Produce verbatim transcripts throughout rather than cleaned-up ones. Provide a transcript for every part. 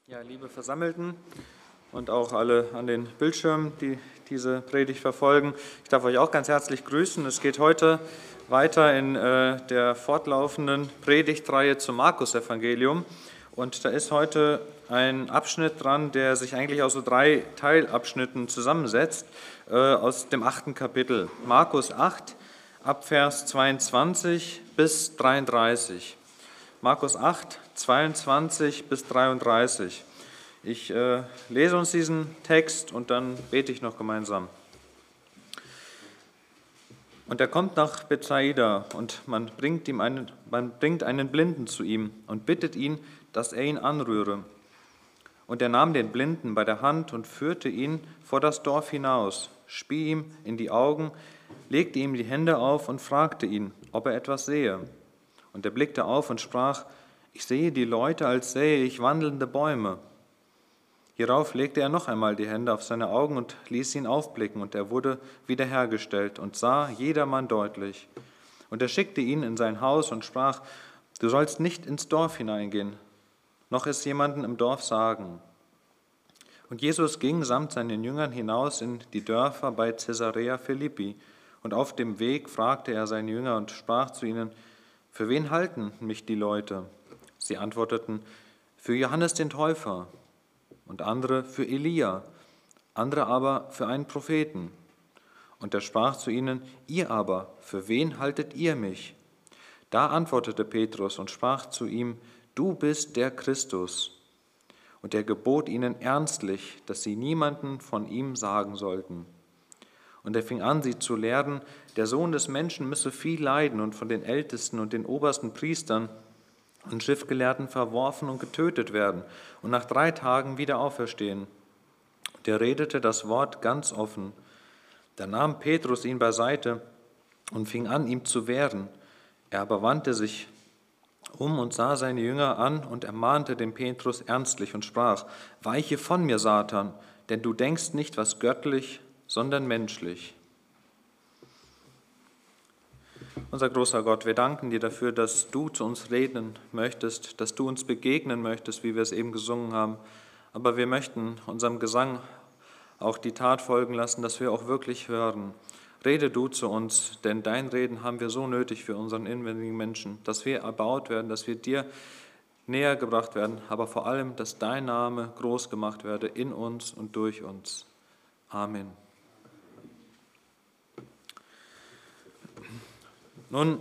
Ja, liebe Versammelten und auch alle an den Bildschirmen, die diese Predigt verfolgen, ich darf euch auch ganz herzlich grüßen. Es geht heute weiter in äh, der fortlaufenden Predigtreihe zum Markus-Evangelium. Und da ist heute ein Abschnitt dran, der sich eigentlich aus so drei Teilabschnitten zusammensetzt, äh, aus dem achten Kapitel. Markus acht, ab Vers zweiundzwanzig bis dreiunddreißig. Markus acht, zweiundzwanzig bis dreiunddreißig. Ich äh, lese uns diesen Text und dann bete ich noch gemeinsam. Und er kommt nach Bethsaida und man bringt, ihm einen, man bringt einen Blinden zu ihm und bittet ihn, dass er ihn anrühre. Und er nahm den Blinden bei der Hand und führte ihn vor das Dorf hinaus, spie ihm in die Augen, legte ihm die Hände auf und fragte ihn, ob er etwas sehe. Und er blickte auf und sprach, ich sehe die Leute, als sähe ich wandelnde Bäume. Hierauf legte er noch einmal die Hände auf seine Augen und ließ ihn aufblicken, und er wurde wiederhergestellt und sah jedermann deutlich. Und er schickte ihn in sein Haus und sprach, du sollst nicht ins Dorf hineingehen, noch es jemanden im Dorf sagen. Und Jesus ging samt seinen Jüngern hinaus in die Dörfer bei Caesarea Philippi, und auf dem Weg fragte er seine Jünger und sprach zu ihnen, für wen halten mich die Leute? Sie antworteten, für Johannes den Täufer und andere für Elia, andere aber für einen Propheten. Und er sprach zu ihnen, ihr aber, für wen haltet ihr mich? Da antwortete Petrus und sprach zu ihm, du bist der Christus. Und er gebot ihnen ernstlich, dass sie niemanden von ihm sagen sollten. Und er fing an, sie zu lehren, der Sohn des Menschen müsse viel leiden und von den Ältesten und den obersten Priestern und Schriftgelehrten verworfen und getötet werden und nach drei Tagen wieder auferstehen. Und er redete das Wort ganz offen. Da nahm Petrus ihn beiseite und fing an, ihm zu wehren. Er aber wandte sich um und sah seine Jünger an und ermahnte den Petrus ernstlich und sprach, weiche von mir, Satan, denn du denkst nicht, was göttlich, sondern menschlich. Unser großer Gott, wir danken dir dafür, dass du zu uns reden möchtest, dass du uns begegnen möchtest, wie wir es eben gesungen haben. Aber wir möchten unserem Gesang auch die Tat folgen lassen, dass wir auch wirklich hören. Rede du zu uns, denn dein Reden haben wir so nötig für unseren inwendigen Menschen, dass wir erbaut werden, dass wir dir näher gebracht werden, aber vor allem, dass dein Name groß gemacht werde in uns und durch uns. Amen. Nun,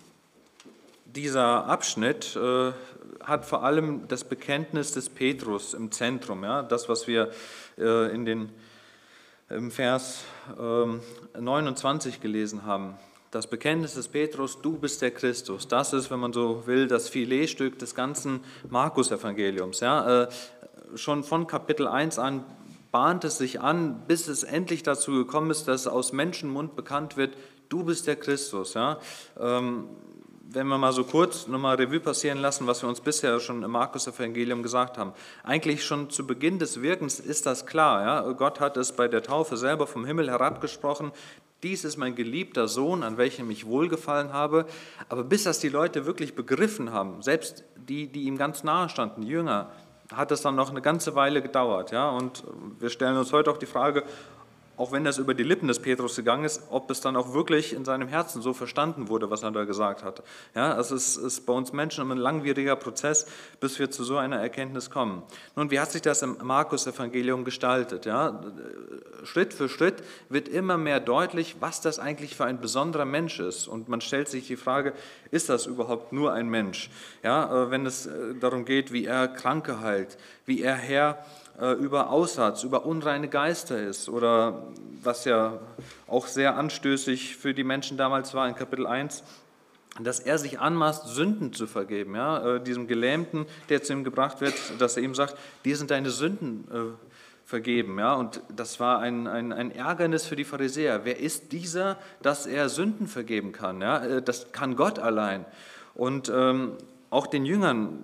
dieser Abschnitt äh, hat vor allem das Bekenntnis des Petrus im Zentrum, ja, das, was wir äh, in den, im Vers äh, neunundzwanzig gelesen haben. Das Bekenntnis des Petrus, du bist der Christus, das ist, wenn man so will, das Filetstück des ganzen Markus-Evangeliums. Ja. Äh, schon von Kapitel eins an bahnt es sich an, bis es endlich dazu gekommen ist, dass aus Menschenmund bekannt wird, du bist der Christus. Ja? Ähm, wenn wir mal so kurz nochmal Revue passieren lassen, was wir uns bisher schon im Markus-Evangelium gesagt haben. Eigentlich schon zu Beginn des Wirkens ist das klar. Ja? Gott hat es bei der Taufe selber vom Himmel herabgesprochen. Dies ist mein geliebter Sohn, an welchem ich wohlgefallen habe. Aber bis das die Leute wirklich begriffen haben, selbst die, die ihm ganz nahe standen, die Jünger, hat es dann noch eine ganze Weile gedauert. Ja? Und wir stellen uns heute auch die Frage, auch wenn das über die Lippen des Petrus gegangen ist, ob es dann auch wirklich in seinem Herzen so verstanden wurde, was er da gesagt hat. Ja, es ist, ist bei uns Menschen ein langwieriger Prozess, bis wir zu so einer Erkenntnis kommen. Nun, wie hat sich das im Markus-Evangelium gestaltet? Ja, Schritt für Schritt wird immer mehr deutlich, was das eigentlich für ein besonderer Mensch ist. Und man stellt sich die Frage, ist das überhaupt nur ein Mensch? Ja, wenn es darum geht, wie er Kranke heilt, wie er Herr über Aussatz, über unreine Geister ist oder was ja auch sehr anstößig für die Menschen damals war in Kapitel eins, dass er sich anmaßt, Sünden zu vergeben. Ja? Diesem Gelähmten, der zu ihm gebracht wird, dass er ihm sagt, dir sind deine Sünden äh, vergeben. Ja? Und das war ein, ein, ein Ärgernis für die Pharisäer. Wer ist dieser, dass er Sünden vergeben kann? Ja? Das kann Gott allein. Und ähm, auch den Jüngern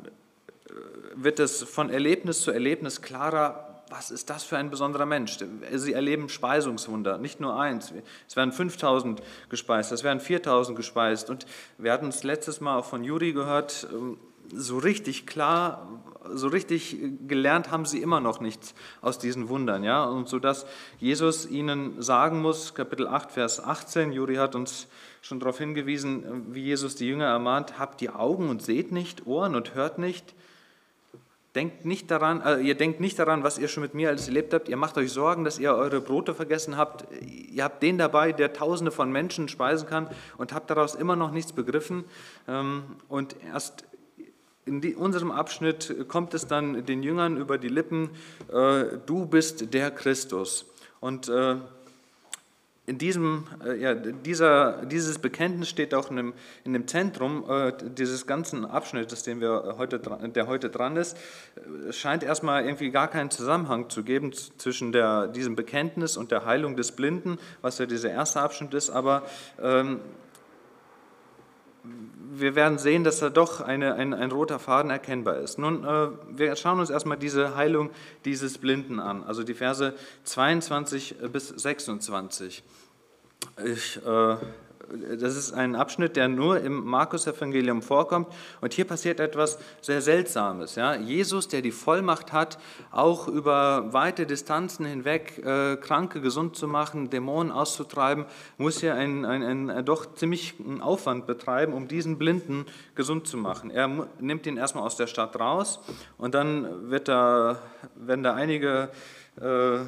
wird es von Erlebnis zu Erlebnis klarer, was ist das für ein besonderer Mensch. Sie erleben Speisungswunder, nicht nur eins. Es werden fünftausend gespeist, es werden viertausend gespeist. Und wir hatten es letztes Mal auch von Juri gehört, so richtig klar, so richtig gelernt haben sie immer noch nichts aus diesen Wundern. Ja? Und so dass Jesus ihnen sagen muss, Kapitel acht, Vers achtzehn, Juri hat uns schon darauf hingewiesen, wie Jesus die Jünger ermahnt, habt ihr Augen und seht nicht, Ohren und hört nicht. Denkt nicht daran, äh, ihr denkt nicht daran, was ihr schon mit mir alles erlebt habt. Ihr macht euch Sorgen, dass ihr eure Brote vergessen habt. Ihr habt den dabei, der Tausende von Menschen speisen kann und habt daraus immer noch nichts begriffen. Ähm, und erst in die, unserem Abschnitt kommt es dann den Jüngern über die Lippen, äh, du bist der Christus. Und äh, in diesem, äh, ja, dieser, dieses Bekenntnis steht auch in dem, in dem Zentrum äh, dieses ganzen Abschnittes, den wir heute, der heute dran ist. Es scheint erstmal irgendwie gar keinen Zusammenhang zu geben zwischen der, diesem Bekenntnis und der Heilung des Blinden, was ja dieser erste Abschnitt ist, aber ähm, wir werden sehen, dass da doch eine, ein, ein roter Faden erkennbar ist. Nun, äh, wir schauen uns erstmal diese Heilung dieses Blinden an, also die Verse zweiundzwanzig bis sechsundzwanzig. Ich, äh, das ist ein Abschnitt, der nur im Markus-Evangelium vorkommt. Und hier passiert etwas sehr Seltsames. Ja? Jesus, der die Vollmacht hat, auch über weite Distanzen hinweg äh, Kranke gesund zu machen, Dämonen auszutreiben, muss hier einen ein, ein, doch ziemlich einen Aufwand betreiben, um diesen Blinden gesund zu machen. Er nimmt ihn erstmal aus der Stadt raus und dann wird da, werden da einige äh,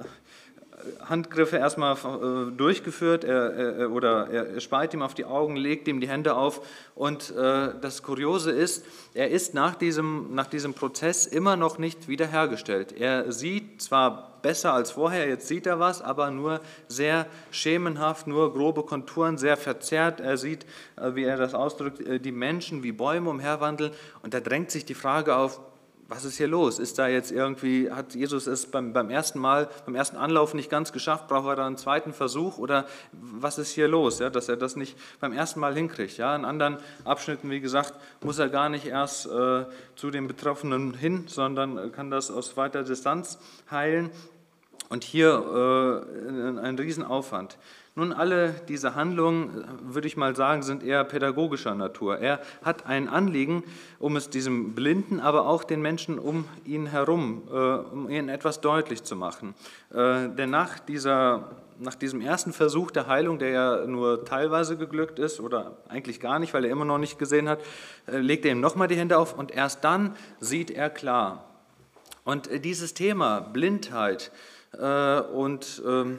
Handgriffe erstmal äh, durchgeführt, er, er, oder er speit ihm auf die Augen, legt ihm die Hände auf und äh, das Kuriose ist, er ist nach diesem, nach diesem Prozess immer noch nicht wiederhergestellt. Er sieht zwar besser als vorher, jetzt sieht er was, aber nur sehr schemenhaft, nur grobe Konturen, sehr verzerrt. Er sieht, äh, wie er das ausdrückt, äh, die Menschen wie Bäume umherwandeln und da drängt sich die Frage auf, was ist hier los? Ist da jetzt irgendwie, hat Jesus es beim, beim ersten Mal, beim ersten Anlauf nicht ganz geschafft? Braucht er da einen zweiten Versuch? Oder was ist hier los, ja, dass er das nicht beim ersten Mal hinkriegt? Ja? In anderen Abschnitten, wie gesagt, muss er gar nicht erst äh, zu den Betroffenen hin, sondern kann das aus weiter Distanz heilen. Und hier äh, ein Riesenaufwand. Nun, alle diese Handlungen, würde ich mal sagen, sind eher pädagogischer Natur. Er hat ein Anliegen, um es diesem Blinden, aber auch den Menschen um ihn herum, äh, um ihnen etwas deutlich zu machen. Äh, denn nach, dieser, nach diesem ersten Versuch der Heilung, der ja nur teilweise geglückt ist, oder eigentlich gar nicht, weil er immer noch nicht gesehen hat, äh, legt er ihm nochmal die Hände auf und erst dann sieht er klar. Und äh, dieses Thema Blindheit äh, und ähm,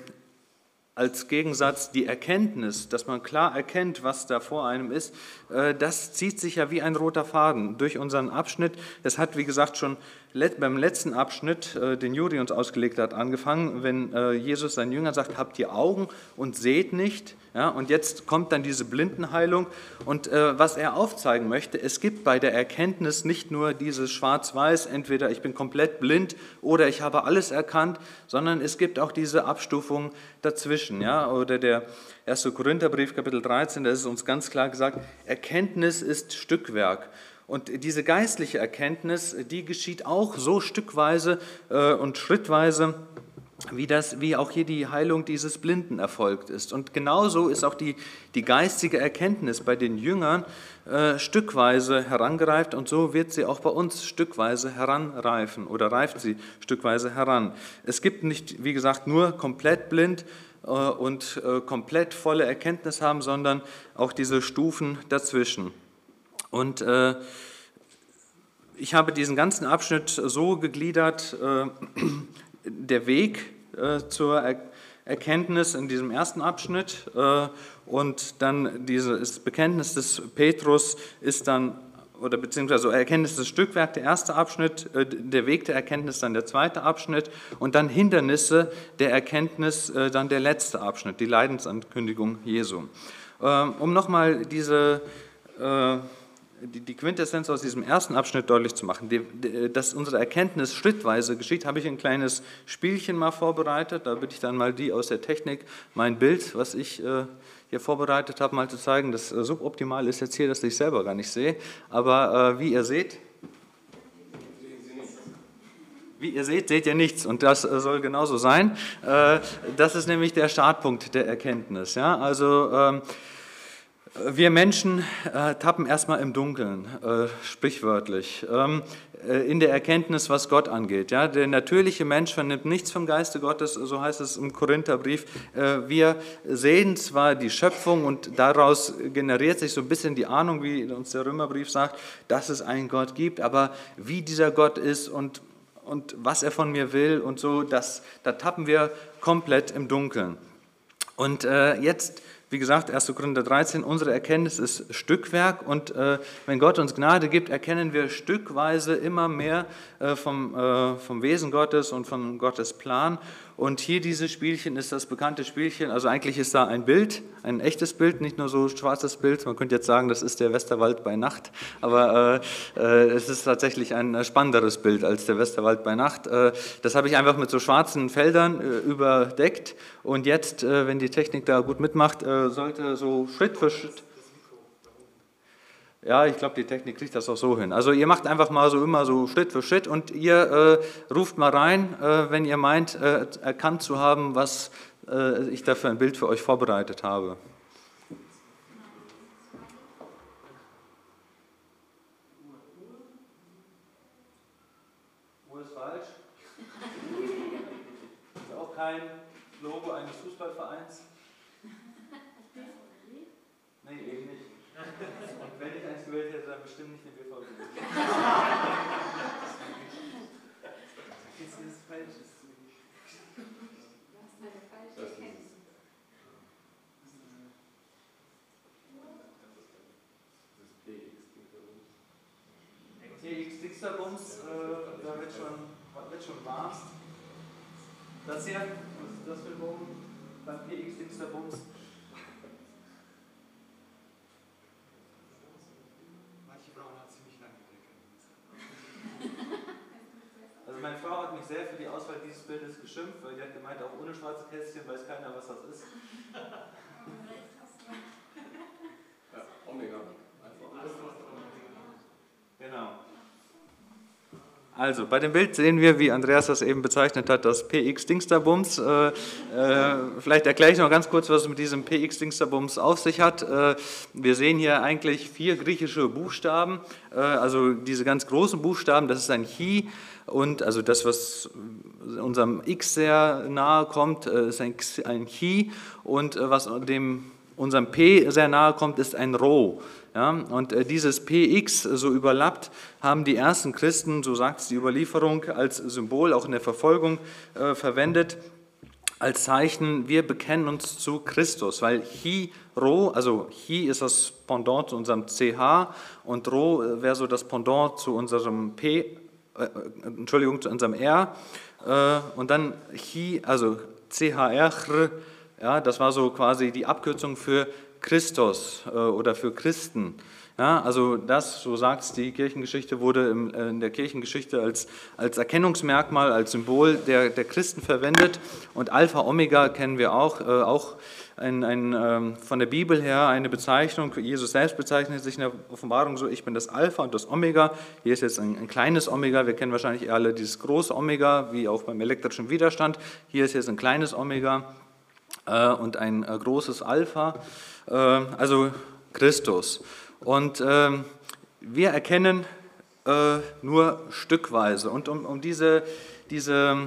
als Gegensatz die Erkenntnis, dass man klar erkennt, was da vor einem ist, das zieht sich ja wie ein roter Faden durch unseren Abschnitt. Es hat, wie gesagt, schon beim letzten Abschnitt, den Juri uns ausgelegt hat, angefangen, wenn Jesus seinen Jüngern sagt, habt ihr Augen und seht nicht. Ja, und jetzt kommt dann diese Blindenheilung. Und äh, was er aufzeigen möchte, es gibt bei der Erkenntnis nicht nur dieses Schwarz-Weiß, entweder ich bin komplett blind oder ich habe alles erkannt, sondern es gibt auch diese Abstufung dazwischen. Ja? Oder der erste Korintherbrief, Kapitel dreizehn, da ist uns ganz klar gesagt, Erkenntnis ist Stückwerk. Und diese geistliche Erkenntnis, die geschieht auch so stückweise äh, und schrittweise, wie, das, wie auch hier die Heilung dieses Blinden erfolgt ist. Und genauso ist auch die, die geistige Erkenntnis bei den Jüngern äh, stückweise herangereift und so wird sie auch bei uns stückweise heranreifen oder reift sie stückweise heran. Es gibt nicht, wie gesagt, nur komplett blind äh, und äh, komplett volle Erkenntnis haben, sondern auch diese Stufen dazwischen. Und äh, ich habe diesen ganzen Abschnitt so gegliedert, äh, der Weg äh, zur er Erkenntnis in diesem ersten Abschnitt äh, und dann dieses Bekenntnis des Petrus ist dann, oder beziehungsweise Erkenntnis des Stückwerk, der erste Abschnitt, äh, der Weg der Erkenntnis dann der zweite Abschnitt und dann Hindernisse der Erkenntnis äh, dann der letzte Abschnitt, die Leidensankündigung Jesu. Äh, um nochmal diese äh, die Quintessenz aus diesem ersten Abschnitt deutlich zu machen, dass unsere Erkenntnis schrittweise geschieht, habe ich ein kleines Spielchen mal vorbereitet. Da bitte ich dann mal die aus der Technik, mein Bild, was ich hier vorbereitet habe, mal zu zeigen. Das Suboptimal ist jetzt hier, dass ich selber gar nicht sehe. Aber wie ihr seht, wie ihr seht, seht ihr nichts und das soll genauso sein. Das ist nämlich der Startpunkt der Erkenntnis. Ja? Also Wir Menschen äh, tappen erstmal im Dunkeln, äh, sprichwörtlich, ähm, äh, in der Erkenntnis, was Gott angeht. Ja? Der natürliche Mensch vernimmt nichts vom Geiste Gottes, so heißt es im Korintherbrief. Äh, wir sehen zwar die Schöpfung und daraus generiert sich so ein bisschen die Ahnung, wie uns der Römerbrief sagt, dass es einen Gott gibt, aber wie dieser Gott ist und, und was er von mir will und so, das, da tappen wir komplett im Dunkeln. Und äh, jetzt... Wie gesagt, erster Korinther dreizehn, unsere Erkenntnis ist Stückwerk und äh, wenn Gott uns Gnade gibt, erkennen wir stückweise immer mehr äh, vom, äh, vom Wesen Gottes und von Gottes Plan. Und hier dieses Spielchen ist das bekannte Spielchen, also eigentlich ist da ein Bild, ein echtes Bild, nicht nur so ein schwarzes Bild. Man könnte jetzt sagen, das ist der Westerwald bei Nacht, aber äh, äh, es ist tatsächlich ein spannenderes Bild als der Westerwald bei Nacht. Äh, das habe ich einfach mit so schwarzen Feldern äh, überdeckt und jetzt, äh, wenn die Technik da gut mitmacht, äh, sollte so Schritt für Schritt... Ja, ich glaube, die Technik kriegt das auch so hin. Also ihr macht einfach mal so immer so Schritt für Schritt und ihr äh, ruft mal rein, äh, wenn ihr meint, äh, erkannt zu haben, was äh, ich da für ein Bild für euch vorbereitet habe. Uhr ist falsch. Ist auch kein Logo eines Fußballvereins. Nee, eben nicht. Und wenn ich eins gewählt hätte, dann bestimmt nicht eine B V B. Jetzt ist es falsch. Das ist eine falsche Erkenntnis. T X Dixterbums, äh, da wird schon, wird schon warm. Das hier, was ist das für ein Bogen? Beim T X Dixterbums. Also meine Frau hat mich sehr für die Auswahl dieses Bildes geschimpft, weil die hat gemeint, auch ohne schwarze Kästchen weiß keiner, was das ist. Ja, Omega. Genau. Also, bei dem Bild sehen wir, wie Andreas das eben bezeichnet hat, das P X Dingsterbums. Äh, äh, vielleicht erkläre ich noch ganz kurz, was es mit diesem P X Dingsterbums auf sich hat. Äh, wir sehen hier eigentlich vier griechische Buchstaben, äh, also diese ganz großen Buchstaben, das ist ein Chi und also das, was unserem X sehr nahe kommt, äh, ist ein, ein Chi und äh, was dem unserem P sehr nahe kommt, ist ein Rho. Ja, und äh, dieses P X so überlappt, haben die ersten Christen, so sagt es die Überlieferung, als Symbol auch in der Verfolgung äh, verwendet, als Zeichen, wir bekennen uns zu Christus, weil Chi, Rho, also Chi ist das Pendant zu unserem C H und Rho wäre so das Pendant zu unserem P, äh, Entschuldigung, zu unserem R äh, und dann Chi, also C H R, chr, ja, das war so quasi die Abkürzung für Christus äh, oder für Christen. Ja, also das, so sagt es die Kirchengeschichte, wurde im, äh, in der Kirchengeschichte als, als Erkennungsmerkmal, als Symbol der, der Christen verwendet. Und Alpha, Omega kennen wir auch, äh, auch ein, ein, ähm, von der Bibel her eine Bezeichnung. Jesus selbst bezeichnet sich in der Offenbarung so, ich bin das Alpha und das Omega. Hier ist jetzt ein, ein kleines Omega, wir kennen wahrscheinlich alle dieses große Omega, wie auch beim elektrischen Widerstand. Hier ist jetzt ein kleines Omega äh, und ein äh, großes Alpha. Also Christus. Und äh, wir erkennen äh, nur stückweise. Und um, um diese, diese,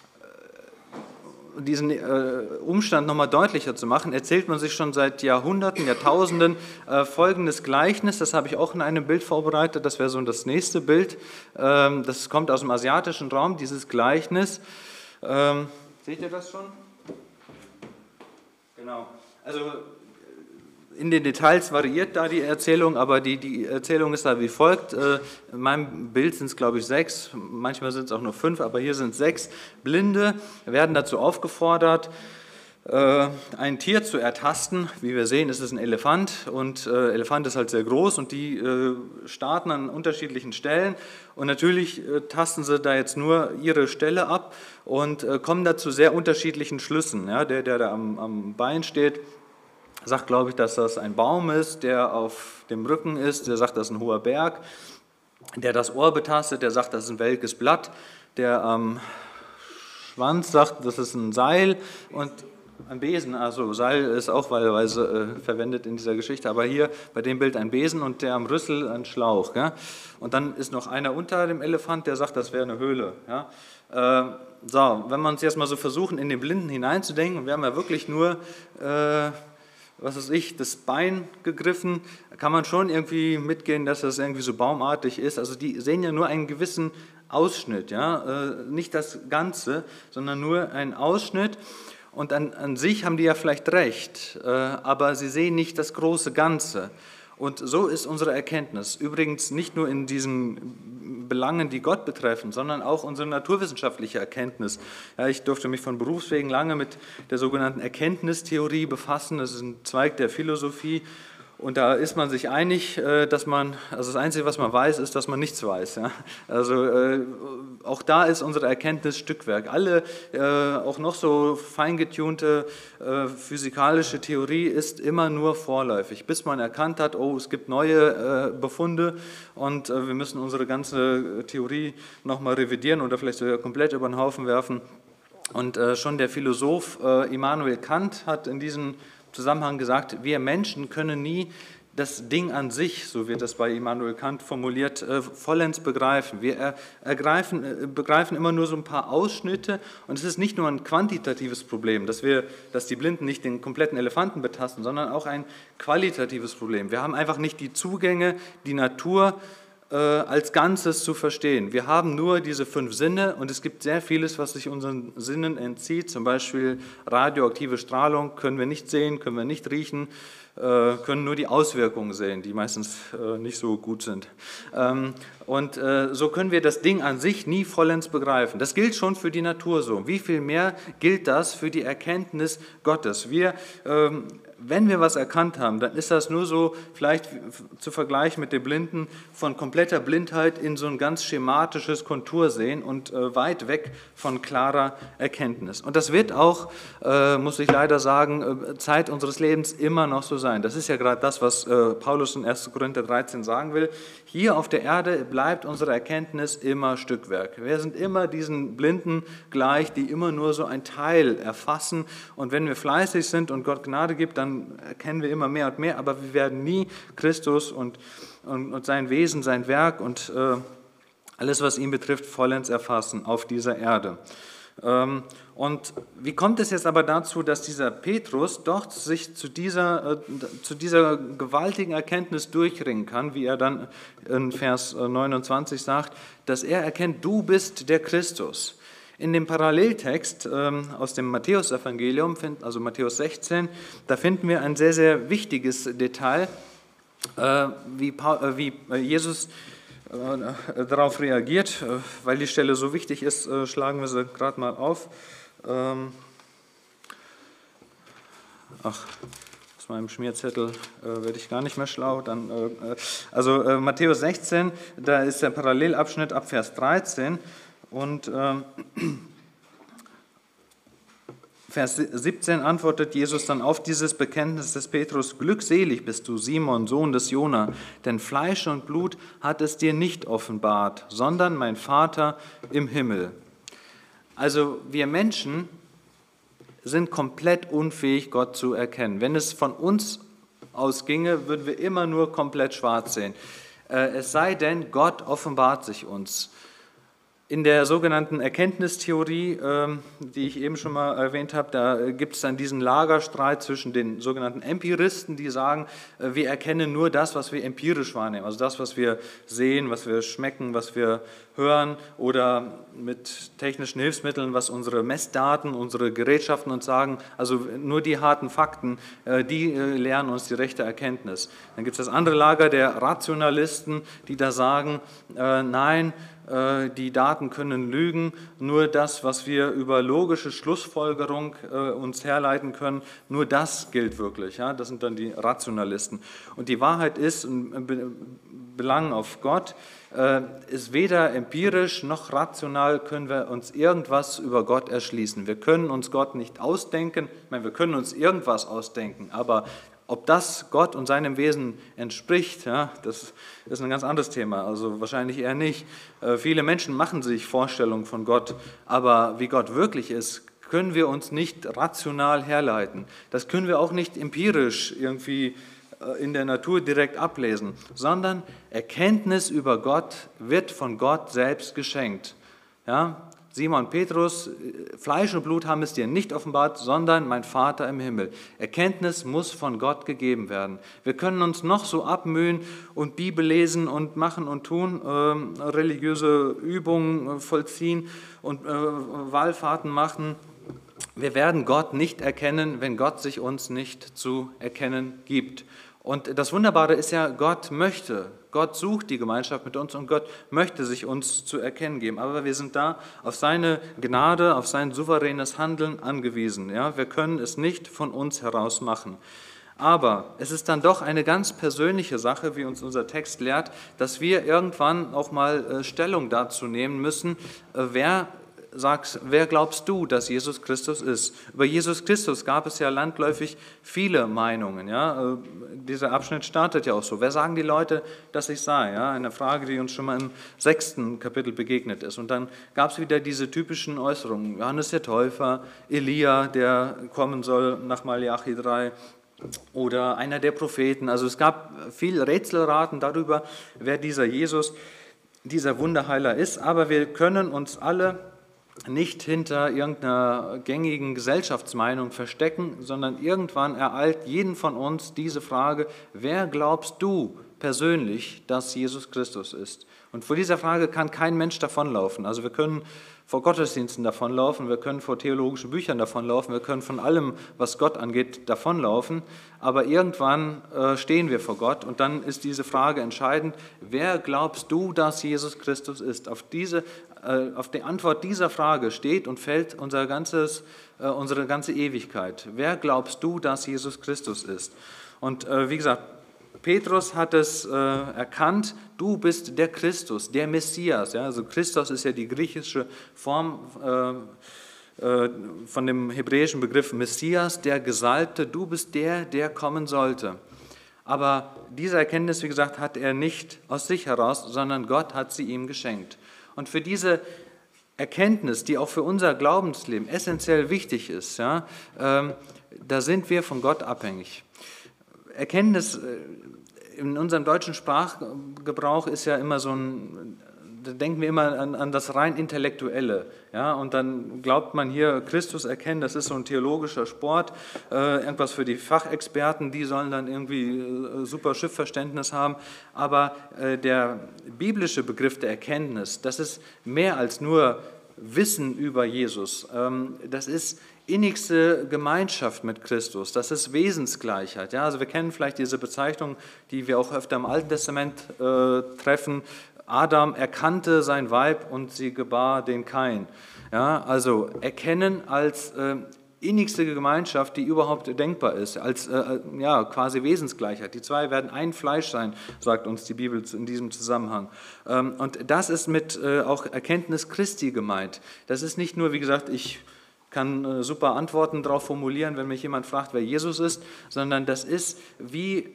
äh, diesen äh, Umstand nochmal deutlicher zu machen, erzählt man sich schon seit Jahrhunderten, Jahrtausenden äh, folgendes Gleichnis. Das habe ich auch in einem Bild vorbereitet. Das wäre so das nächste Bild. Ähm, das kommt aus dem asiatischen Raum, dieses Gleichnis. Ähm, seht ihr das schon? Genau. Also in den Details variiert da die Erzählung, aber die, die Erzählung ist da wie folgt. In meinem Bild sind es, glaube ich, sechs, manchmal sind es auch nur fünf, aber hier sind es sechs. Blinde werden dazu aufgefordert, ein Tier zu ertasten. Wie wir sehen, ist es ein Elefant und äh, Elefant ist halt sehr groß und die äh, starten an unterschiedlichen Stellen und natürlich äh, tasten sie da jetzt nur ihre Stelle ab und äh, kommen da zu sehr unterschiedlichen Schlüssen. Ja, der, der da am, am Bein steht, sagt, glaube ich, dass das ein Baum ist, der auf dem Rücken ist, der sagt, das ist ein hoher Berg. Der das Ohr betastet, der sagt, das ist ein welkes Blatt. Der am Schwanz sagt, das ist ein Seil. Und Ein Besen, also Seil ist auch wahlweise äh, verwendet in dieser Geschichte, aber hier bei dem Bild ein Besen und der am Rüssel ein Schlauch. Ja? Und dann ist noch einer unter dem Elefant, der sagt, das wäre eine Höhle. Ja? Äh, so, wenn wir uns jetzt mal so versuchen, in den Blinden hineinzudenken, wir haben ja wirklich nur, äh, was weiß ich, das Bein gegriffen, kann man schon irgendwie mitgehen, dass das irgendwie so baumartig ist. Also die sehen ja nur einen gewissen Ausschnitt, ja? Äh, nicht das Ganze, sondern nur einen Ausschnitt. Und an, an sich haben die ja vielleicht recht, äh, aber sie sehen nicht das große Ganze. Und so ist unsere Erkenntnis. Übrigens nicht nur in diesen Belangen, die Gott betreffen, sondern auch unsere naturwissenschaftliche Erkenntnis. Ja, ich durfte mich von Berufswegen lange mit der sogenannten Erkenntnistheorie befassen. Das ist ein Zweig der Philosophie. Und da ist man sich einig, dass man, also das Einzige, was man weiß, ist, dass man nichts weiß. Ja? Also äh, auch da ist unsere Erkenntnis Stückwerk. Alle, äh, auch noch so feingetunte äh, physikalische Theorie ist immer nur vorläufig, bis man erkannt hat, oh, es gibt neue äh, Befunde und äh, wir müssen unsere ganze Theorie nochmal revidieren oder vielleicht sogar komplett über den Haufen werfen. Und äh, schon der Philosoph äh, Immanuel Kant hat in diesem Zusammenhang gesagt, wir Menschen können nie das Ding an sich, so wird das bei Immanuel Kant formuliert, vollends begreifen. Wir ergreifen, begreifen immer nur so ein paar Ausschnitte und es ist nicht nur ein quantitatives Problem, dass, wir, dass die Blinden nicht den kompletten Elefanten betasten, sondern auch ein qualitatives Problem. Wir haben einfach nicht die Zugänge, die Natur als Ganzes zu verstehen. Wir haben nur diese fünf Sinne und es gibt sehr vieles, was sich unseren Sinnen entzieht. Zum Beispiel radioaktive Strahlung können wir nicht sehen, können wir nicht riechen, können nur die Auswirkungen sehen, die meistens nicht so gut sind. Und so können wir das Ding an sich nie vollends begreifen. Das gilt schon für die Natur so. Wie viel mehr gilt das für die Erkenntnis Gottes? Wir Wenn wir was erkannt haben, dann ist das nur so, vielleicht zu vergleichen mit den Blinden, von kompletter Blindheit in so ein ganz schematisches Kontursehen und äh, weit weg von klarer Erkenntnis. Und das wird auch, äh, muss ich leider sagen, äh, Zeit unseres Lebens immer noch so sein. Das ist ja gerade das, was äh, Paulus in erster Korinther dreizehn sagen will. Hier auf der Erde bleibt unsere Erkenntnis immer Stückwerk. Wir sind immer diesen Blinden gleich, die immer nur so ein Teil erfassen. Und wenn wir fleißig sind und Gott Gnade gibt, dann erkennen wir immer mehr und mehr, aber wir werden nie Christus und, und, und sein Wesen, sein Werk und äh, alles, was ihn betrifft, vollends erfassen auf dieser Erde. Ähm, und wie kommt es jetzt aber dazu, dass dieser Petrus doch sich zu dieser, äh, zu dieser gewaltigen Erkenntnis durchringen kann, wie er dann in Vers neunundzwanzig sagt, dass er erkennt, du bist der Christus. In dem Paralleltext ähm, aus dem Matthäusevangelium, also Matthäus sechzehn, da finden wir ein sehr, sehr wichtiges Detail, äh, wie, Paul, äh, wie Jesus äh, darauf reagiert. Äh, weil die Stelle so wichtig ist, äh, schlagen wir sie gerade mal auf. Ähm, ach, aus meinem Schmierzettel äh, werde ich gar nicht mehr schlau. Dann, äh, also äh, Matthäus sechzehn, da ist der Parallelabschnitt ab Vers dreizehn. Und äh, Vers siebzehn antwortet Jesus dann auf dieses Bekenntnis des Petrus, glückselig bist du, Simon, Sohn des Jona, denn Fleisch und Blut hat es dir nicht offenbart, sondern mein Vater im Himmel. Also wir Menschen sind komplett unfähig, Gott zu erkennen. Wenn es von uns ausginge, würden wir immer nur komplett schwarz sehen. Äh, es sei denn, Gott offenbart sich uns. In der sogenannten Erkenntnistheorie, die ich eben schon mal erwähnt habe, da gibt es dann diesen Lagerstreit zwischen den sogenannten Empiristen, die sagen, wir erkennen nur das, was wir empirisch wahrnehmen, also das, was wir sehen, was wir schmecken, was wir hören oder mit technischen Hilfsmitteln, was unsere Messdaten, unsere Gerätschaften uns sagen, also nur die harten Fakten, die lehren uns die rechte Erkenntnis. Dann gibt es das andere Lager der Rationalisten, die da sagen, nein, die Daten können lügen, nur das, was wir über logische Schlussfolgerung äh, uns herleiten können, nur das gilt wirklich. Ja? Das sind dann die Rationalisten. Und die Wahrheit ist, in Be Belang auf Gott, äh, ist weder empirisch noch rational können wir uns irgendwas über Gott erschließen. Wir können uns Gott nicht ausdenken, ich meine, wir können uns irgendwas ausdenken, aber ob das Gott und seinem Wesen entspricht, ja, das ist ein ganz anderes Thema, also wahrscheinlich eher nicht. Äh, viele Menschen machen sich Vorstellungen von Gott, aber wie Gott wirklich ist, können wir uns nicht rational herleiten. Das können wir auch nicht empirisch irgendwie in der Natur direkt ablesen, sondern Erkenntnis über Gott wird von Gott selbst geschenkt. Ja? Simon Petrus, Fleisch und Blut haben es dir nicht offenbart, sondern mein Vater im Himmel. Erkenntnis muss von Gott gegeben werden. Wir können uns noch so abmühen und Bibel lesen und machen und tun, äh, religiöse Übungen vollziehen und äh, Wallfahrten machen. Wir werden Gott nicht erkennen, wenn Gott sich uns nicht zu erkennen gibt. Und das Wunderbare ist ja, Gott möchte, Gott sucht die Gemeinschaft mit uns und Gott möchte sich uns zu erkennen geben. Aber wir sind da auf seine Gnade, auf sein souveränes Handeln angewiesen. Ja? Wir können es nicht von uns heraus machen. Aber es ist dann doch eine ganz persönliche Sache, wie uns unser Text lehrt, dass wir irgendwann auch mal Stellung dazu nehmen müssen, wer Sagst, wer glaubst du, dass Jesus Christus ist? Über Jesus Christus gab es ja landläufig viele Meinungen. Ja? Dieser Abschnitt startet ja auch so. Wer sagen die Leute, dass ich sei? Ja? Eine Frage, die uns schon mal im sechsten Kapitel begegnet ist. Und dann gab es wieder diese typischen Äußerungen. Johannes der Täufer, Elia, der kommen soll nach Malachi drei. Oder einer der Propheten. Also es gab viel Rätselraten darüber, wer dieser Jesus, dieser Wunderheiler ist. Aber wir können uns alle nicht hinter irgendeiner gängigen Gesellschaftsmeinung verstecken, sondern irgendwann ereilt jeden von uns diese Frage, wer glaubst du persönlich, dass Jesus Christus ist? Und vor dieser Frage kann kein Mensch davonlaufen. Also wir können vor Gottesdiensten davonlaufen, wir können vor theologischen Büchern davonlaufen, wir können von allem, was Gott angeht, davonlaufen, aber irgendwann äh, stehen wir vor Gott und dann ist diese Frage entscheidend, wer glaubst du, dass Jesus Christus ist? Auf diese Auf die Antwort dieser Frage steht und fällt unser ganzes, unsere ganze Ewigkeit. Wer glaubst du, dass Jesus Christus ist? Und wie gesagt, Petrus hat es erkannt, du bist der Christus, der Messias. Ja? Also Christus ist ja die griechische Form von dem hebräischen Begriff Messias, der Gesalbte, du bist der, der kommen sollte. Aber diese Erkenntnis, wie gesagt, hat er nicht aus sich heraus, sondern Gott hat sie ihm geschenkt. Und für diese Erkenntnis, die auch für unser Glaubensleben essentiell wichtig ist, ja, ähm, da sind wir von Gott abhängig. Erkenntnis äh, in unserem deutschen Sprachgebrauch ist ja immer so ein, da denken wir immer an, an das rein Intellektuelle. Ja, und dann glaubt man hier, Christus erkennen, das ist so ein theologischer Sport, äh, irgendwas für die Fachexperten, die sollen dann irgendwie äh, super Schiffverständnis haben. Aber äh, der biblische Begriff der Erkenntnis, das ist mehr als nur Wissen über Jesus. Ähm, das ist innigste Gemeinschaft mit Christus, das ist Wesensgleichheit. Ja, also wir kennen vielleicht diese Bezeichnung, die wir auch öfter im Alten Testament äh, treffen, Adam erkannte sein Weib und sie gebar den Kain. Ja, also erkennen als äh, innigste Gemeinschaft, die überhaupt denkbar ist, als äh, ja, quasi Wesensgleichheit. Die zwei werden ein Fleisch sein, sagt uns die Bibel in diesem Zusammenhang. Ähm, und das ist mit äh, auch Erkenntnis Christi gemeint. Das ist nicht nur, wie gesagt, ich kann äh, super Antworten darauf formulieren, wenn mich jemand fragt, wer Jesus ist, sondern das ist, wie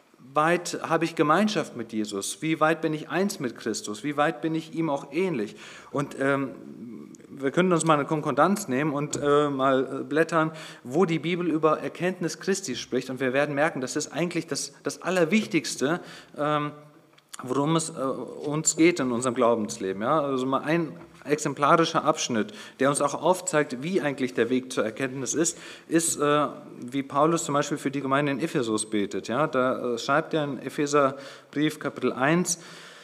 weit habe ich Gemeinschaft mit Jesus? Wie weit bin ich eins mit Christus? Wie weit bin ich ihm auch ähnlich? Und ähm, wir können uns mal eine Konkordanz nehmen und äh, mal blättern, wo die Bibel über Erkenntnis Christi spricht. Und wir werden merken, das ist eigentlich das, das Allerwichtigste, ähm, worum es äh, uns geht in unserem Glaubensleben. Ja? Also mal ein exemplarischer Abschnitt, der uns auch aufzeigt, wie eigentlich der Weg zur Erkenntnis ist, ist, äh, wie Paulus zum Beispiel für die Gemeinde in Ephesus betet. Ja? Da äh, schreibt er in Epheserbrief Kapitel eins,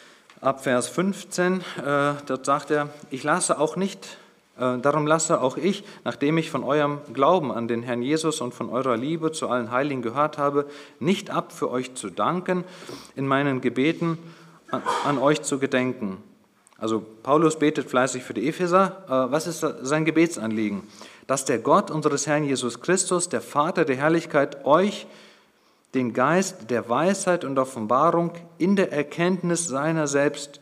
ab Vers fünfzehn, äh, dort sagt er, ich lasse auch nicht, äh, darum lasse auch ich, nachdem ich von eurem Glauben an den Herrn Jesus und von eurer Liebe zu allen Heiligen gehört habe, nicht ab, für euch zu danken, in meinen Gebeten an, an euch zu gedenken. Also Paulus betet fleißig für die Epheser. Was ist sein Gebetsanliegen? Dass der Gott unseres Herrn Jesus Christus, der Vater der Herrlichkeit, euch den Geist der Weisheit und Offenbarung in der Erkenntnis seiner selbst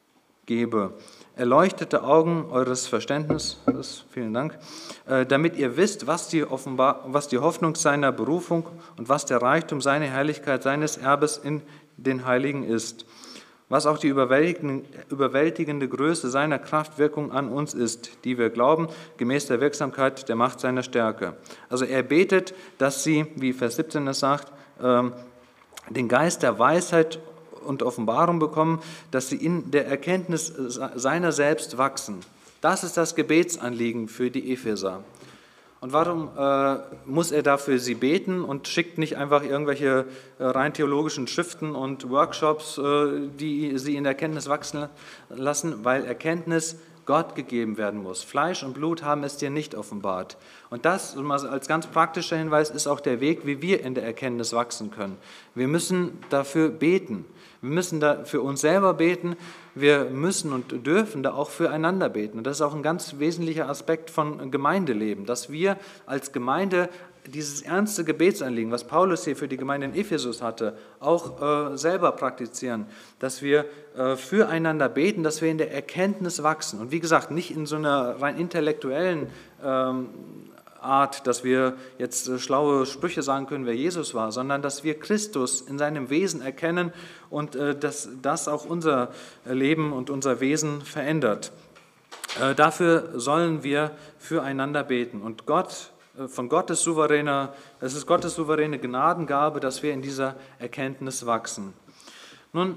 gebe. Erleuchtete Augen eures Verständnisses, vielen Dank, damit ihr wisst, was die, Offenbar- was die Hoffnung seiner Berufung und was der Reichtum seiner Herrlichkeit, seines Erbes in den Heiligen ist. was auch die überwältigende Größe seiner Kraftwirkung an uns ist, die wir glauben, gemäß der Wirksamkeit der Macht seiner Stärke. Also er betet, dass sie, wie Vers siebzehn es sagt, den Geist der Weisheit und Offenbarung bekommen, dass sie in der Erkenntnis seiner selbst wachsen. Das ist das Gebetsanliegen für die Epheser. Und warum äh, muss er dafür sie beten und schickt nicht einfach irgendwelche äh, rein theologischen Schriften und Workshops, äh, die sie in der Erkenntnis wachsen lassen? Weil Erkenntnis Gott gegeben werden muss. Fleisch und Blut haben es dir nicht offenbart. Und das, als ganz praktischer Hinweis, ist auch der Weg, wie wir in der Erkenntnis wachsen können. Wir müssen dafür beten. Wir müssen da für uns selber beten. Wir müssen und dürfen da auch füreinander beten. Und das ist auch ein ganz wesentlicher Aspekt von Gemeindeleben, dass wir als Gemeinde dieses ernste Gebetsanliegen, was Paulus hier für die Gemeinde in Ephesus hatte, auch äh, selber praktizieren, dass wir äh, füreinander beten, dass wir in der Erkenntnis wachsen. Und wie gesagt, nicht in so einer rein intellektuellen ähm, Art, dass wir jetzt äh, schlaue Sprüche sagen können, wer Jesus war, sondern dass wir Christus in seinem Wesen erkennen und äh, dass das auch unser Leben und unser Wesen verändert. Äh, dafür sollen wir füreinander beten. Und Gott Von Gottes souveräner, es ist Gottes souveräne Gnadengabe, dass wir in dieser Erkenntnis wachsen. Nun,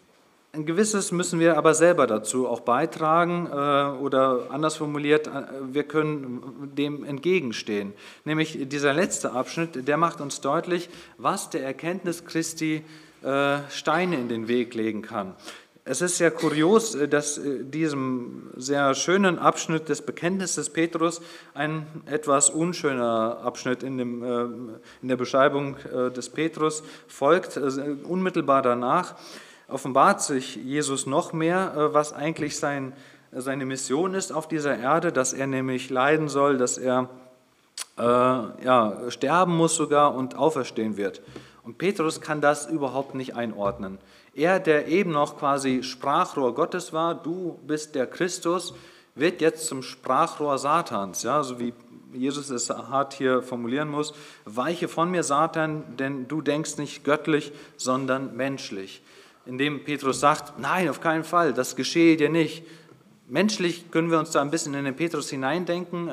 ein gewisses müssen wir aber selber dazu auch beitragen äh, oder anders formuliert, äh, wir können dem entgegenstehen. Nämlich dieser letzte Abschnitt, der macht uns deutlich, was der Erkenntnis Christi äh, Steine in den Weg legen kann. Es ist ja kurios, dass diesem sehr schönen Abschnitt des Bekenntnisses Petrus ein etwas unschöner Abschnitt in, dem, in der Beschreibung des Petrus folgt. Unmittelbar danach offenbart sich Jesus noch mehr, was eigentlich sein, seine Mission ist auf dieser Erde, dass er nämlich leiden soll, dass er äh, ja, sterben muss sogar und auferstehen wird. Und Petrus kann das überhaupt nicht einordnen. Er, der eben noch quasi Sprachrohr Gottes war, du bist der Christus, wird jetzt zum Sprachrohr Satans, ja, so wie Jesus es hart hier formulieren muss. Weiche von mir, Satan, denn du denkst nicht göttlich, sondern menschlich. Indem Petrus sagt, nein, auf keinen Fall, das geschehe dir nicht. Menschlich können wir uns da ein bisschen in den Petrus hineindenken.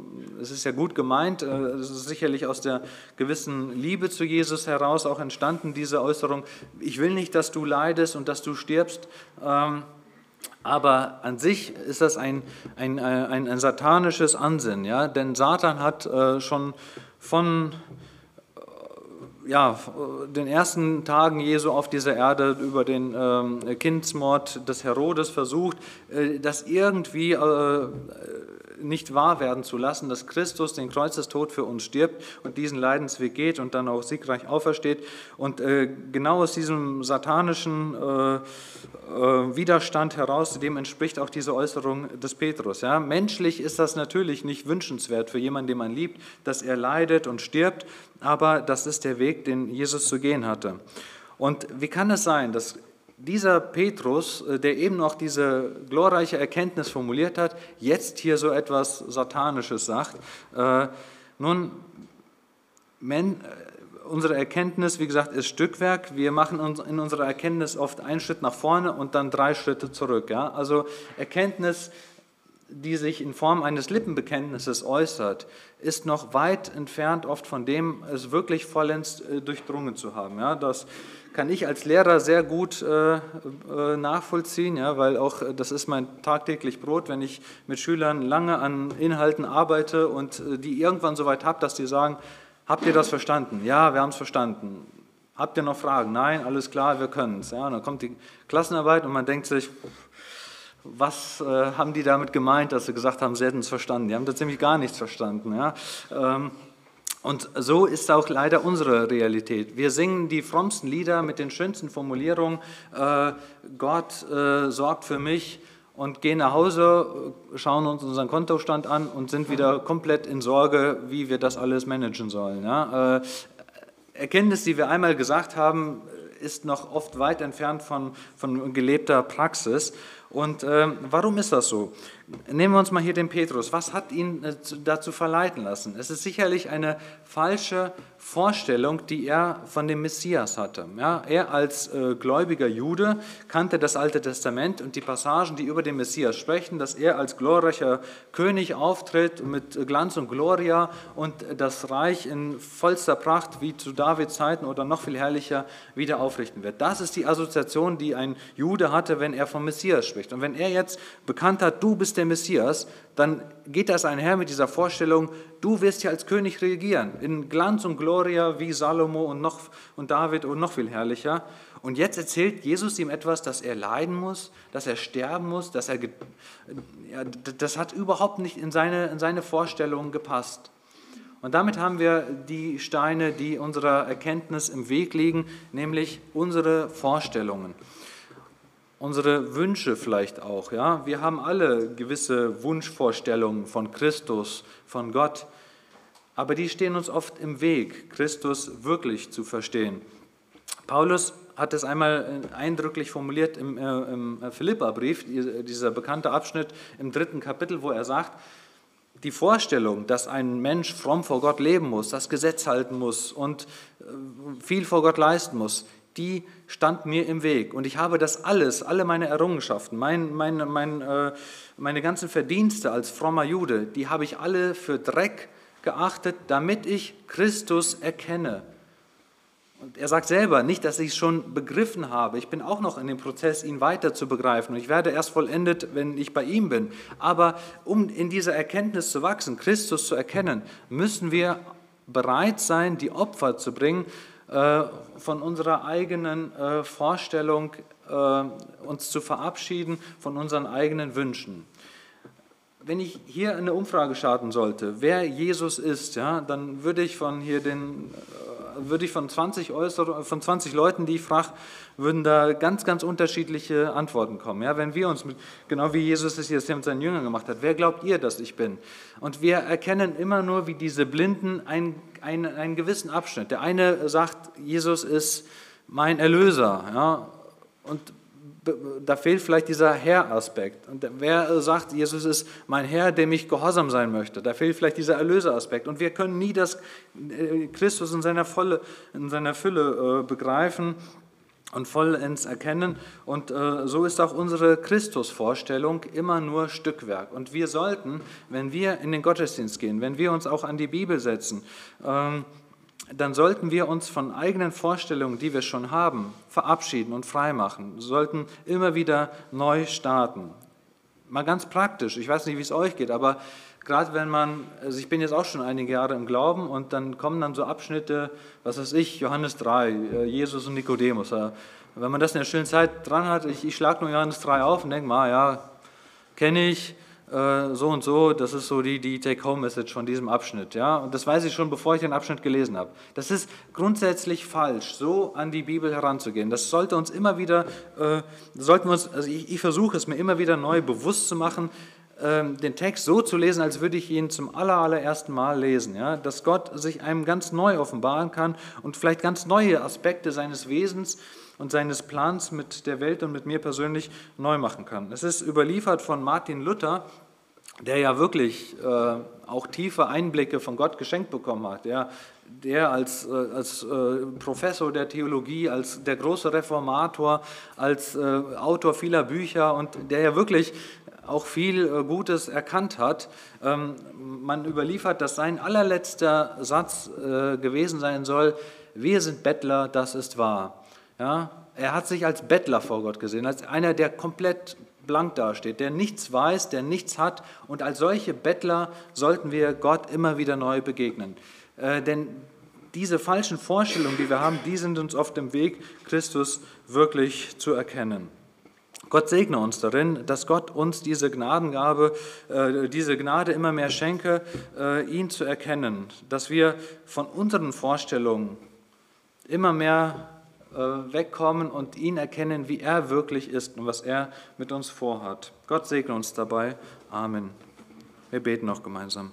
Es ist ja gut gemeint, es ist sicherlich aus der gewissen Liebe zu Jesus heraus auch entstanden, diese Äußerung, ich will nicht, dass du leidest und dass du stirbst, aber an sich ist das ein, ein, ein, ein satanisches Ansinnen, ja? Denn Satan hat schon von ja, den ersten Tagen Jesu auf dieser Erde über den ähm, Kindsmord des Herodes versucht, äh, das irgendwie äh, nicht wahr werden zu lassen, dass Christus den Kreuzestod für uns stirbt und diesen Leidensweg geht und dann auch siegreich aufersteht. Und äh, genau aus diesem satanischen äh, äh, Widerstand heraus, dem entspricht auch diese Äußerung des Petrus. Ja? Menschlich ist das natürlich nicht wünschenswert für jemanden, den man liebt, dass er leidet und stirbt, aber das ist der Weg, den Jesus zu gehen hatte. Und wie kann es sein, dass dieser Petrus, der eben noch diese glorreiche Erkenntnis formuliert hat, jetzt hier so etwas Satanisches sagt? Äh, nun, men, unsere Erkenntnis, wie gesagt, ist Stückwerk. Wir machen uns in unserer Erkenntnis oft einen Schritt nach vorne und dann drei Schritte zurück. Ja? Also Erkenntnis, die sich in Form eines Lippenbekenntnisses äußert, ist noch weit entfernt oft von dem, es wirklich vollends äh, durchdrungen zu haben. Ja, das kann ich als Lehrer sehr gut äh, äh, nachvollziehen, ja, weil auch äh, das ist mein tagtäglich Brot, wenn ich mit Schülern lange an Inhalten arbeite und äh, die irgendwann so weit habe, dass die sagen, habt ihr das verstanden? Ja, wir haben es verstanden. Habt ihr noch Fragen? Nein, alles klar, wir können es. Ja, und dann kommt die Klassenarbeit und man denkt sich, was äh, haben die damit gemeint, dass sie gesagt haben, sie hätten es verstanden? Die haben da ziemlich gar nichts verstanden. Ja? Ähm, und so ist auch leider unsere Realität. Wir singen die frommsten Lieder mit den schönsten Formulierungen, äh, Gott äh, sorgt für mich, und gehen nach Hause, schauen uns unseren Kontostand an und sind wieder komplett in Sorge, wie wir das alles managen sollen. Ja? Äh, Erkenntnis, die wir einmal gesagt haben, ist noch oft weit entfernt von, von gelebter Praxis. Und äh, warum ist das so? Nehmen wir uns mal hier den Petrus. Was hat ihn äh, dazu verleiten lassen? Es ist sicherlich eine falsche Vorstellung, die er von dem Messias hatte. Ja, er als äh, gläubiger Jude kannte das Alte Testament und die Passagen, die über den Messias sprechen, dass er als glorreicher König auftritt mit Glanz und Gloria und das Reich in vollster Pracht wie zu Davids Zeiten oder noch viel herrlicher wieder aufrichten wird. Das ist die Assoziation, die ein Jude hatte, wenn er vom Messias spricht. Und wenn er jetzt bekannt hat, du bist der Messias, dann geht das einher mit dieser Vorstellung, du wirst hier als König regieren, in Glanz und Gloria wie Salomo und, noch, und David und noch viel herrlicher. Und jetzt erzählt Jesus ihm etwas, dass er leiden muss, dass er sterben muss, dass er, ja, das hat überhaupt nicht in seine, in seine Vorstellungen gepasst. Und damit haben wir die Steine, die unserer Erkenntnis im Weg liegen, nämlich unsere Vorstellungen. Unsere Wünsche vielleicht auch. Ja? Wir haben alle gewisse Wunschvorstellungen von Christus, von Gott, aber die stehen uns oft im Weg, Christus wirklich zu verstehen. Paulus hat es einmal eindrücklich formuliert im, äh, im Philipperbrief, dieser bekannte Abschnitt im dritten Kapitel, wo er sagt, die Vorstellung, dass ein Mensch fromm vor Gott leben muss, das Gesetz halten muss und viel vor Gott leisten muss, die stand mir im Weg. Und ich habe das alles, alle meine Errungenschaften, mein, mein, mein, äh, meine ganzen Verdienste als frommer Jude, die habe ich alle für Dreck geachtet, damit ich Christus erkenne. Und er sagt selber, nicht, dass ich es schon begriffen habe. Ich bin auch noch in dem Prozess, ihn weiter zu begreifen. Und ich werde erst vollendet, wenn ich bei ihm bin. Aber um in dieser Erkenntnis zu wachsen, Christus zu erkennen, müssen wir bereit sein, die Opfer zu bringen, von unserer eigenen Vorstellung uns zu verabschieden, von unseren eigenen Wünschen. Wenn ich hier eine Umfrage starten sollte, wer Jesus ist, ja, dann würde ich von hier den, würde ich von zwanzig, äußer, von zwanzig Leuten, die ich frage, würden da ganz, ganz unterschiedliche Antworten kommen. Ja, wenn wir uns, mit, genau wie Jesus es jetzt mit seinen Jüngern gemacht hat, wer glaubt ihr, dass ich bin? Und wir erkennen immer nur, wie diese Blinden einen, einen, einen gewissen Abschnitt. Der eine sagt, Jesus ist mein Erlöser, ja, und da fehlt vielleicht dieser Herr-Aspekt. Und wer sagt, Jesus ist mein Herr, dem ich gehorsam sein möchte, da fehlt vielleicht dieser Erlöser-Aspekt. Und wir können nie das Christus in seiner, Volle, in seiner Fülle begreifen und vollends erkennen. Und so ist auch unsere Christusvorstellung immer nur Stückwerk. Und wir sollten, wenn wir in den Gottesdienst gehen, wenn wir uns auch an die Bibel setzen, dann sollten wir uns von eigenen Vorstellungen, die wir schon haben, verabschieden und freimachen. Wir sollten immer wieder neu starten. Mal ganz praktisch, ich weiß nicht, wie es euch geht, aber gerade wenn man, also ich bin jetzt auch schon einige Jahre im Glauben und dann kommen dann so Abschnitte, was weiß ich, Johannes drei, Jesus und Nikodemus. Wenn man das in der stillen Zeit dran hat, ich, ich schlage nur Johannes drei auf und denke mal, ja, kenne ich, so und so, das ist so die, die Take-Home-Message von diesem Abschnitt. Ja? Und das weiß ich schon, bevor ich den Abschnitt gelesen habe. Das ist grundsätzlich falsch, so an die Bibel heranzugehen. Das sollte uns immer wieder, äh, sollten wir uns, also ich, ich versuche es mir immer wieder neu bewusst zu machen, äh, den Text so zu lesen, als würde ich ihn zum aller, allerersten Mal lesen. Ja? Dass Gott sich einem ganz neu offenbaren kann und vielleicht ganz neue Aspekte seines Wesens und seines Plans mit der Welt und mit mir persönlich neu machen kann. Es ist überliefert von Martin Luther, der ja wirklich äh, auch tiefe Einblicke von Gott geschenkt bekommen hat. Der, der als, äh, als äh, Professor der Theologie, als der große Reformator, als äh, Autor vieler Bücher und der ja wirklich auch viel äh, Gutes erkannt hat. Ähm, man überliefert, dass sein allerletzter Satz äh, gewesen sein soll, wir sind Bettler, das ist wahr. Ja, er hat sich als Bettler vor Gott gesehen, als einer, der komplett blank dasteht, der nichts weiß, der nichts hat. Und als solche Bettler sollten wir Gott immer wieder neu begegnen. Äh, denn diese falschen Vorstellungen, die wir haben, die sind uns oft im Weg, Christus wirklich zu erkennen. Gott segne uns darin, dass Gott uns diese Gnadengabe, äh, diese Gnade immer mehr schenke, äh, ihn zu erkennen, dass wir von unseren Vorstellungen immer mehr wegkommen und ihn erkennen, wie er wirklich ist und was er mit uns vorhat. Gott segne uns dabei. Amen. Wir beten noch gemeinsam.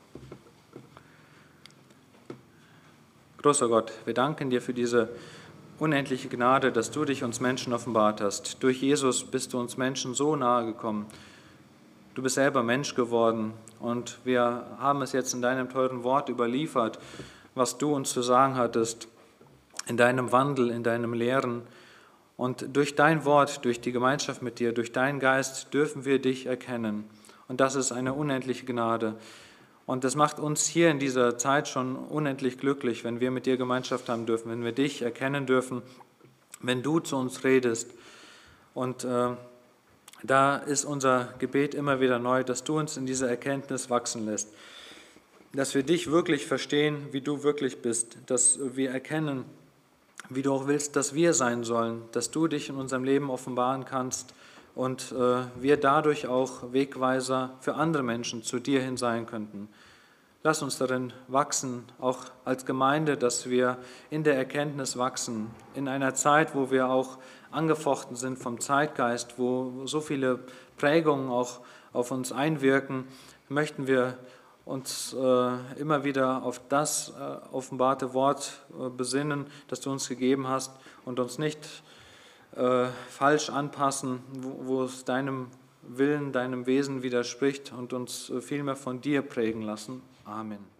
Großer Gott, wir danken dir für diese unendliche Gnade, dass du dich uns Menschen offenbart hast. Durch Jesus bist du uns Menschen so nahe gekommen. Du bist selber Mensch geworden und wir haben es jetzt in deinem teuren Wort überliefert, was du uns zu sagen hattest, in deinem Wandel, in deinem Lehren. Und durch dein Wort, durch die Gemeinschaft mit dir, durch deinen Geist dürfen wir dich erkennen. Und das ist eine unendliche Gnade. Und das macht uns hier in dieser Zeit schon unendlich glücklich, wenn wir mit dir Gemeinschaft haben dürfen, wenn wir dich erkennen dürfen, wenn du zu uns redest. Und äh, da ist unser Gebet immer wieder neu, dass du uns in dieser Erkenntnis wachsen lässt, dass wir dich wirklich verstehen, wie du wirklich bist, dass wir erkennen, wie du auch willst, dass wir sein sollen, dass du dich in unserem Leben offenbaren kannst und äh, wir dadurch auch Wegweiser für andere Menschen zu dir hin sein könnten. Lass uns darin wachsen, auch als Gemeinde, dass wir in der Erkenntnis wachsen, in einer Zeit, wo wir auch angefochten sind vom Zeitgeist, wo so viele Prägungen auch auf uns einwirken, möchten wir uns äh, immer wieder auf das äh, offenbarte Wort äh, besinnen, das du uns gegeben hast und uns nicht äh, falsch anpassen, wo, wo es deinem Willen, deinem Wesen widerspricht und uns äh, vielmehr von dir prägen lassen. Amen.